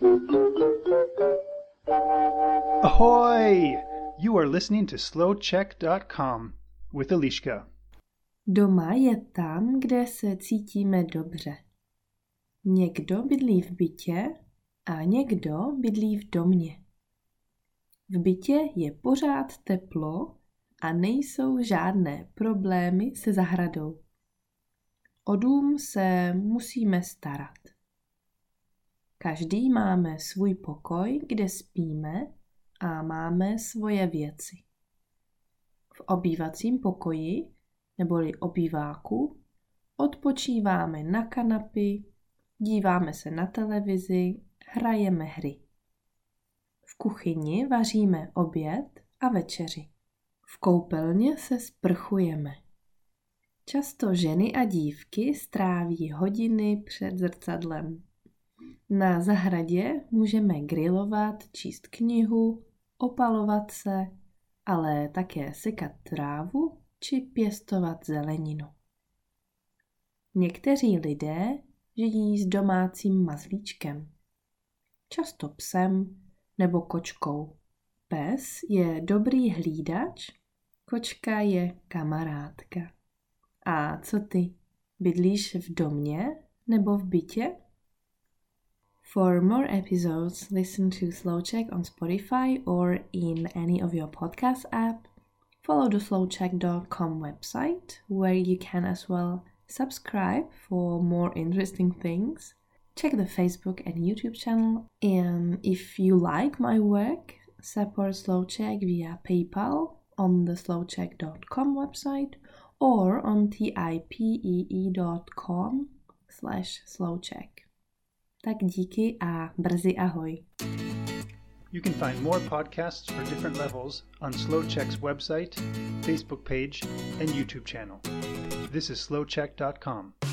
Ahoy! You are listening to slowcheck.com with Eliška. Doma je tam, kde se cítíme dobře. Někdo bydlí v bytě a někdo bydlí v domě. V bytě je pořád teplo a nejsou žádné problémy se zahradou. O dům se musíme starat. Každý máme svůj pokoj, kde spíme a máme svoje věci. V obývacím pokoji, neboli obýváku, odpočíváme na kanapy, díváme se na televizi, hrajeme hry. V kuchyni vaříme oběd a večeři. V koupelně se sprchujeme. Často ženy a dívky stráví hodiny před zrcadlem. Na zahradě můžeme grilovat, číst knihu, opalovat se, ale také sekat trávu či pěstovat zeleninu. Někteří lidé žijí s domácím mazlíčkem, často psem nebo kočkou. Pes je dobrý hlídač, kočka je kamarádka. A co ty? Bydlíš v domě nebo v bytě? For more episodes, listen to Slowcheck on Spotify or in any of your podcast app. Follow the slowcheck.com website, where you can as well subscribe for more interesting things. Check the Facebook and YouTube channel. And if you like my work, support Slowcheck via PayPal on the slowcheck.com website or on tipee.com/slowcheck. Tak díky a brzy ahoj. You can find more podcasts for different levels on Slowcheck's website, Facebook page, and YouTube channel. This is slowcheck.com.